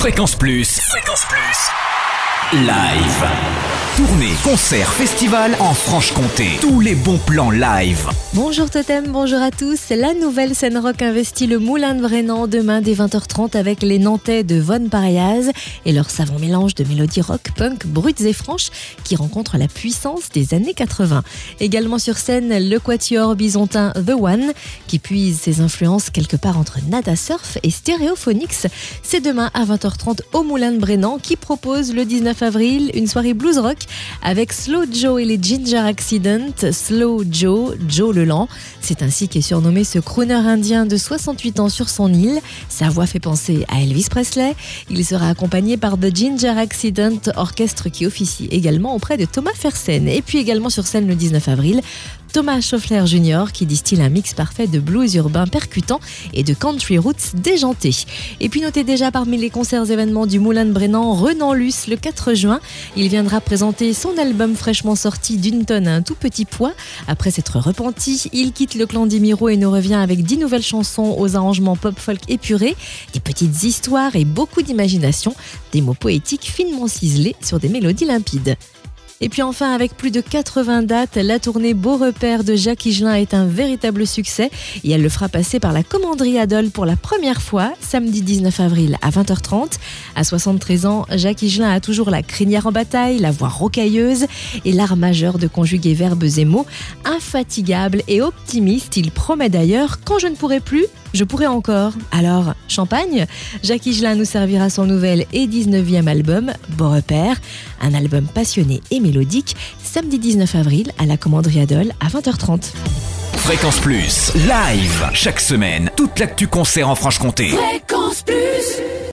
Fréquence Plus. Fréquence Plus. Live. Tournée, concert, festival en Franche-Comté. Tous les bons plans live. Bonjour Totem, bonjour à tous. La nouvelle scène rock investit le Moulin de Brennan demain dès 20h30 avec les Nantais de Von Pariaz et leur savant mélange de mélodies rock, punk, brutes et franches qui rencontrent la puissance des années 80. Également sur scène, le quatuor bisontin The One qui puise ses influences quelque part entre Nada Surf et Stereophonics. C'est demain à 20h30 au Moulin de Brennan qui propose le 19 avril une soirée blues rock avec Slow Joe et les Ginger Accident. Slow Joe, Joe le Lent. C'est ainsi qu'est surnommé ce crooner indien de 68 ans sur son île. Sa voix fait penser à Elvis Presley. Il sera accompagné par The Ginger Accident, orchestre qui officie également auprès de Thomas Fersen. Et puis également sur scène le 19 avril, Thomas Schoeffler Jr. qui distille un mix parfait de blues urbain percutant et de country roots déjanté. Et puis notez déjà parmi les concerts événements du Moulin de Brennan, Renan Luce le 4 juin. Il viendra présenter son album fraîchement sorti d'une tonne à un tout petit poids. Après s'être repenti, il quitte le clan d'Imiro et nous revient avec 10 nouvelles chansons aux arrangements pop-folk épurés, des petites histoires et beaucoup d'imagination, des mots poétiques finement ciselés sur des mélodies limpides. Et puis enfin, avec plus de 80 dates, la tournée Beau Repère de Jacques Higelin est un véritable succès et elle le fera passer par la Commanderie Adol pour la première fois, samedi 19 avril à 20h30. À 73 ans, Jacques Higelin a toujours la crinière en bataille, la voix rocailleuse et l'art majeur de conjuguer verbes et mots. Infatigable et optimiste, il promet d'ailleurs « Quand je ne pourrai plus, je pourrai encore ». Alors, champagne, Jacques Higelin nous servira son nouvel et 19e album, Beau Repère, un album passionné et mélodique, samedi 19 avril à la Commanderie Adol à 20h30. Fréquence Plus, live. Chaque semaine, toute l'actu concert en Franche-Comté. Fréquence Plus.